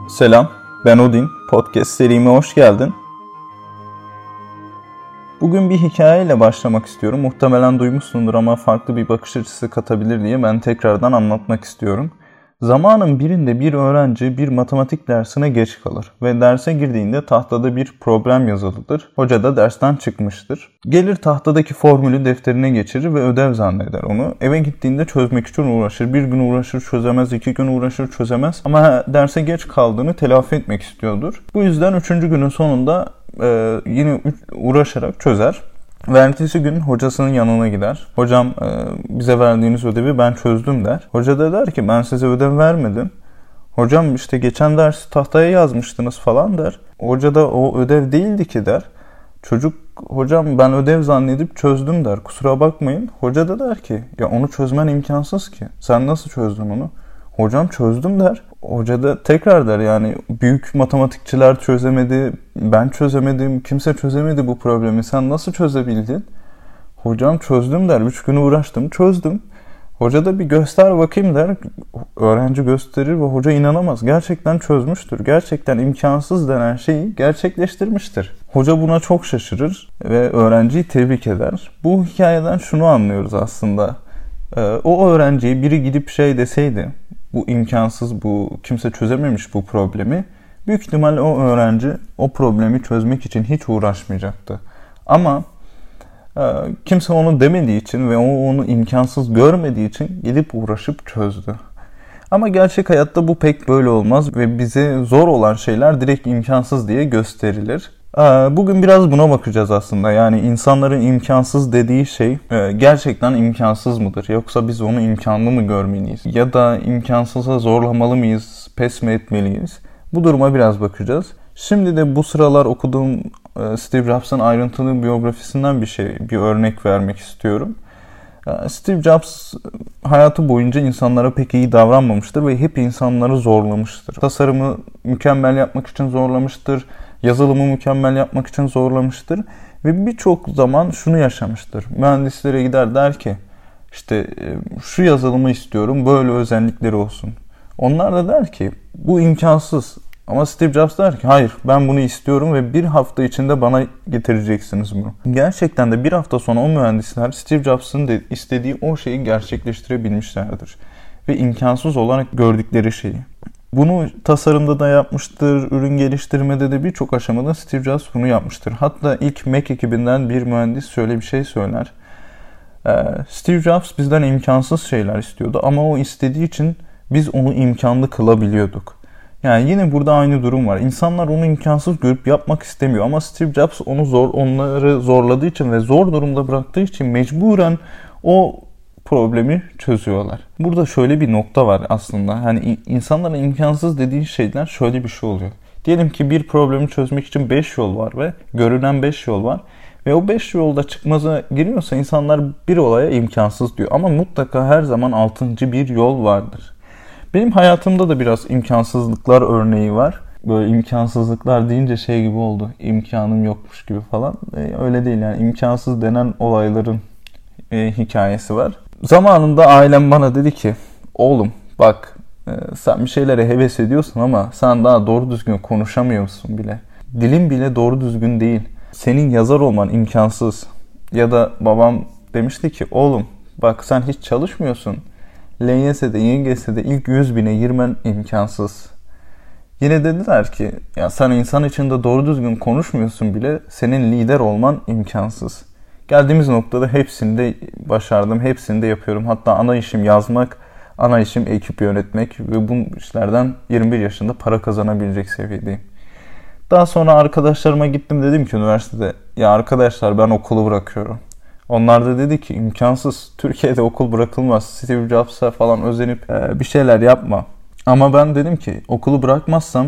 Selam, ben Odin. Podcast serime hoş geldin. Bugün bir hikayeyle başlamak istiyorum. Muhtemelen duymuşsundur ama farklı bir bakış açısı katabilir diye ben tekrardan anlatmak istiyorum. Zamanın birinde bir öğrenci bir matematik dersine geç kalır ve derse girdiğinde tahtada bir problem yazılıdır. Hoca da dersten çıkmıştır. Gelir tahtadaki formülü defterine geçirir ve ödev zanneder onu. Eve gittiğinde çözmek için uğraşır. Bir gün uğraşır çözemez, 2 gün uğraşır çözemez. Ama derse geç kaldığını telafi etmek istiyordur. Bu yüzden 3. günün sonunda yine uğraşarak çözer. Ve ertesi gün hocasının yanına gider. Hocam bize verdiğiniz ödevi ben çözdüm der. Hoca da der ki ben size ödev vermedim. Hocam işte geçen dersi tahtaya yazmıştınız falan der. Hoca da o ödev değildi ki der. Çocuk hocam ben ödev zannedip çözdüm der. Kusura bakmayın. Hoca da der ki ya onu çözmen imkansız ki. Sen nasıl çözdün onu? Hocam çözdüm der. Hoca da tekrar der yani büyük matematikçiler çözemedi, ben çözemedim, kimse çözemedi bu problemi. Sen nasıl çözebildin? Hocam çözdüm der. 3 gün uğraştım, çözdüm. Hoca da bir göster bakayım der. Öğrenci gösterir ve hoca inanamaz. Gerçekten çözmüştür. Gerçekten imkansız denen şeyi gerçekleştirmiştir. Hoca buna çok şaşırır ve öğrenciyi tebrik eder. Bu hikayeden şunu anlıyoruz aslında. O öğrenciye biri gidip şey deseydi, bu imkansız, bu kimse çözememiş bu problemi, büyük ihtimalle o öğrenci o problemi çözmek için hiç uğraşmayacaktı. Ama kimse onu demediği için ve onu imkansız görmediği için gidip uğraşıp çözdü. Ama gerçek hayatta bu pek böyle olmaz ve bize zor olan şeyler direkt imkansız diye gösterilir. Bugün biraz buna bakacağız aslında. Yani insanların imkansız dediği şey gerçekten imkansız mıdır? Yoksa biz onu imkanlı mı görmeliyiz? Ya da imkansıza zorlamalı mıyız? Pes mi etmeliyiz? Bu duruma biraz bakacağız. Şimdi de bu sıralar okuduğum Steve Jobs'ın ayrıntılı biyografisinden bir örnek vermek istiyorum. Steve Jobs hayatı boyunca insanlara pek iyi davranmamıştır ve hep insanları zorlamıştır. Tasarımı mükemmel yapmak için zorlamıştır. Yazılımı mükemmel yapmak için zorlamıştır. Ve birçok zaman şunu yaşamıştır. Mühendislere gider der ki işte şu yazılımı istiyorum, böyle özellikleri olsun. Onlar da der ki bu imkansız. Ama Steve Jobs der ki hayır ben bunu istiyorum ve bir hafta içinde bana getireceksiniz bunu. Gerçekten de bir hafta sonra o mühendisler Steve Jobs'ın istediği o şeyi gerçekleştirebilmişlerdir. Ve imkansız olarak gördükleri şeyi. Bunu tasarımda da yapmıştır, ürün geliştirmede de birçok aşamada Steve Jobs bunu yapmıştır. Hatta ilk Mac ekibinden bir mühendis şöyle bir şey söyler. Steve Jobs bizden imkansız şeyler istiyordu ama o istediği için biz onu imkanlı kılabiliyorduk. Yani yine burada aynı durum var. İnsanlar onu imkansız görüp yapmak istemiyor ama Steve Jobs onları zorladığı için ve zor durumda bıraktığı için mecburen o problemi çözüyorlar. Burada şöyle bir nokta var aslında. Hani insanların imkansız dediği şeyler şöyle bir şey oluyor. Diyelim ki bir problemi çözmek için 5 yol var ve görünen 5 yol var. Ve o 5 yolda çıkmaza giriyorsa insanlar bir olaya imkansız diyor. Ama mutlaka her zaman 6. bir yol vardır. Benim hayatımda da biraz imkansızlıklar örneği var. Böyle imkansızlıklar deyince şey gibi oldu. İmkanım yokmuş gibi falan. Öyle değil yani imkansız denen olayların hikayesi var. Zamanında ailem bana dedi ki oğlum bak sen bir şeylere heves ediyorsun ama sen daha doğru düzgün konuşamıyorsun bile. Dilin bile doğru düzgün değil. Senin yazar olman imkansız. Ya da babam demişti ki oğlum bak sen hiç çalışmıyorsun. LYS'de, YGS'de ilk 100.000'e girmen imkansız. Yine dediler ki ya sen insan içinde doğru düzgün konuşmuyorsun bile senin lider olman imkansız. Geldiğimiz noktada hepsini de başardım, hepsini de yapıyorum. Hatta ana işim yazmak, ana işim ekip yönetmek ve bu işlerden 21 yaşında para kazanabilecek seviyedeyim. Daha sonra arkadaşlarıma gittim dedim ki üniversitede ya arkadaşlar ben okulu bırakıyorum. Onlar da dedi ki imkansız. Türkiye'de okul bırakılmaz. Steve Jobs'a falan özenip bir şeyler yapma. Ama ben dedim ki okulu bırakmazsam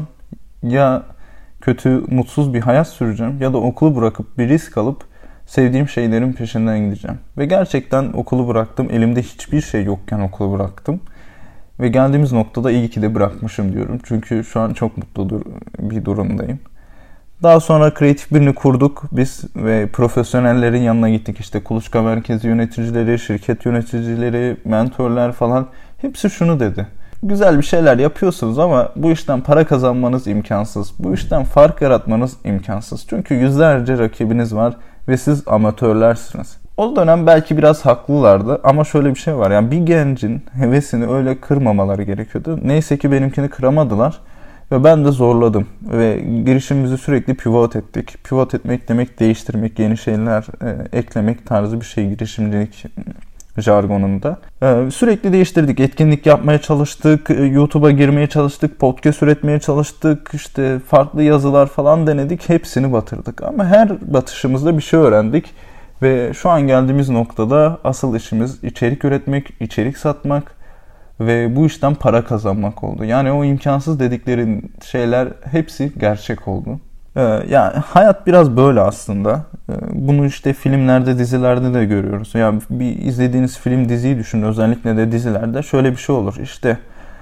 ya kötü, mutsuz bir hayat süreceğim ya da okulu bırakıp bir risk alıp sevdiğim şeylerin peşinden gideceğim. Ve gerçekten okulu bıraktım. Elimde hiçbir şey yokken okulu bıraktım. Ve geldiğimiz noktada iyi ki de bırakmışım diyorum. Çünkü şu an çok mutlu bir durumdayım. Daha sonra kreatif birini kurduk biz ve profesyonellerin yanına gittik. İşte kuluçka merkezi yöneticileri, şirket yöneticileri, mentorlar falan hepsi şunu dedi. güzel bir şeyler yapıyorsunuz ama bu işten para kazanmanız imkansız. Bu işten fark yaratmanız imkansız. Çünkü yüzlerce rakibiniz var ve siz amatörlersiniz. O dönem belki biraz haklılardı ama şöyle bir şey var. Yani bir gencin hevesini öyle kırmamaları gerekiyordu. Neyse ki benimkini kıramadılar ve ben de zorladım. Ve girişimimizi sürekli pivot ettik. Pivot etmek demek değiştirmek, yeni şeyler eklemek tarzı bir şey girişimcilik jargonunda. Sürekli değiştirdik. Etkinlik yapmaya çalıştık. YouTube'a girmeye çalıştık. Podcast üretmeye çalıştık. İşte farklı yazılar falan denedik. Hepsini batırdık. Ama her batışımızda bir şey öğrendik. Ve şu an geldiğimiz noktada asıl işimiz içerik üretmek, içerik satmak ve bu işten para kazanmak oldu. Yani o imkansız dediklerin şeyler hepsi gerçek oldu. Yani hayat biraz böyle aslında. Bunu işte filmlerde, dizilerde de görüyoruz. Yani bir izlediğiniz film, diziyi düşünün. Özellikle de dizilerde şöyle bir şey olur. İşte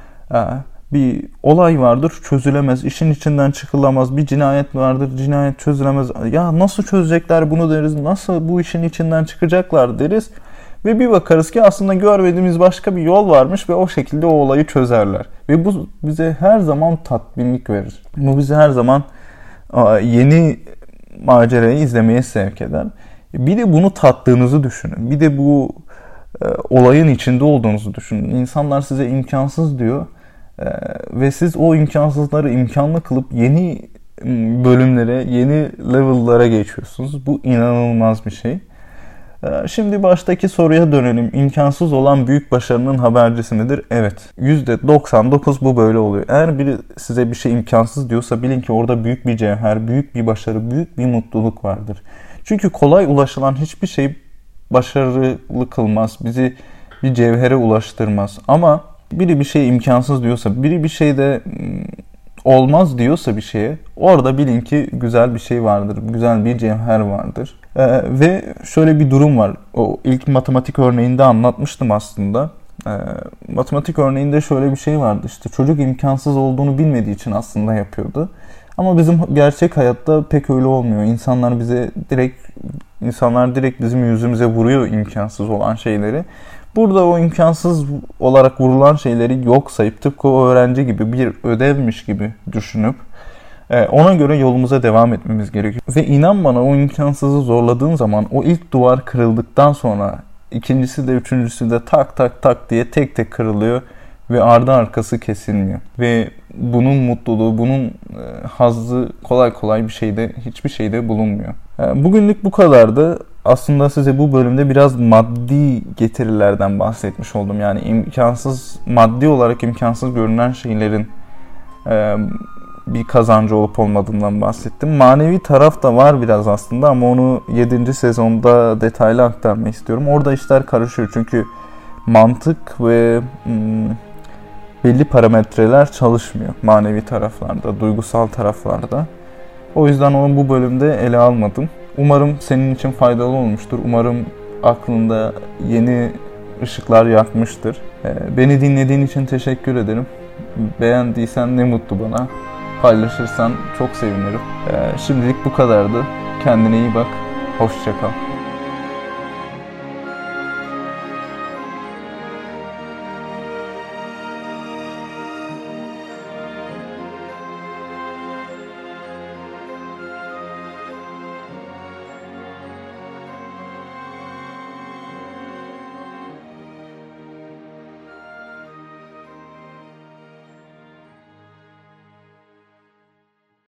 bir olay vardır, çözülemez. İşin içinden çıkılamaz. Bir cinayet vardır, cinayet çözülemez. Ya nasıl çözecekler bunu deriz. Nasıl bu işin içinden çıkacaklar deriz. Ve bir bakarız ki aslında görmediğimiz başka bir yol varmış ve o şekilde o olayı çözerler. Ve bu bize her zaman tatminlik verir. Bu bize her zaman yeni macerayı izlemeye sevk eder. Bir de bunu tattığınızı düşünün. Bir de bu olayın içinde olduğunuzu düşünün. İnsanlar size imkansız diyor ve siz o imkansızları imkanlı kılıp yeni bölümlere, yeni level'lara geçiyorsunuz. Bu inanılmaz bir şey. Şimdi baştaki soruya dönelim. İmkansız olan büyük başarının habercisi midir? Evet. %99 bu böyle oluyor. Eğer biri size bir şey imkansız diyorsa bilin ki orada büyük bir cevher, büyük bir başarı, büyük bir mutluluk vardır. Çünkü kolay ulaşılan hiçbir şey başarılı kılmaz. Bizi bir cevhere ulaştırmaz. Ama biri bir şey imkansız diyorsa, biri bir şeyde olmaz diyorsa bir şeye, orada bilin ki güzel bir şey vardır, güzel bir cevher vardır. Ve şöyle bir durum var. O ilk matematik örneğinde anlatmıştım aslında. Matematik örneğinde şöyle bir şey vardı. İşte çocuk imkansız olduğunu bilmediği için aslında yapıyordu. Ama bizim gerçek hayatta pek öyle olmuyor. İnsanlar direkt bizim yüzümüze vuruyor imkansız olan şeyleri. Burada o imkansız olarak vurulan şeyleri yok sayıp tıpkı o öğrenci gibi bir ödevmiş gibi düşünüp ona göre yolumuza devam etmemiz gerekiyor. Ve inan bana o imkansızı zorladığın zaman o ilk duvar kırıldıktan sonra ikincisi de üçüncüsü de tak tak tak diye tek tek kırılıyor ve ardı arkası kesilmiyor. Ve bunun mutluluğu, bunun hazzı kolay kolay hiçbir şeyde bulunmuyor. Bugünlük bu kadardı. Aslında size bu bölümde biraz maddi getirilerden bahsetmiş oldum. Yani maddi olarak imkansız görünen şeylerin bir kazancı olup olmadığından bahsettim. Manevi taraf da var biraz aslında ama onu 7. sezonda detaylı aktarmak istiyorum. Orada işler karışıyor çünkü mantık ve belli parametreler çalışmıyor manevi taraflarda, duygusal taraflarda. O yüzden onu bu bölümde ele almadım. Umarım senin için faydalı olmuştur. Umarım aklında yeni ışıklar yakmıştır. Beni dinlediğin için teşekkür ederim. Beğendiysen ne mutlu bana. Paylaşırsan çok sevinirim. Şimdilik bu kadardı. Kendine iyi bak. Hoşça kal.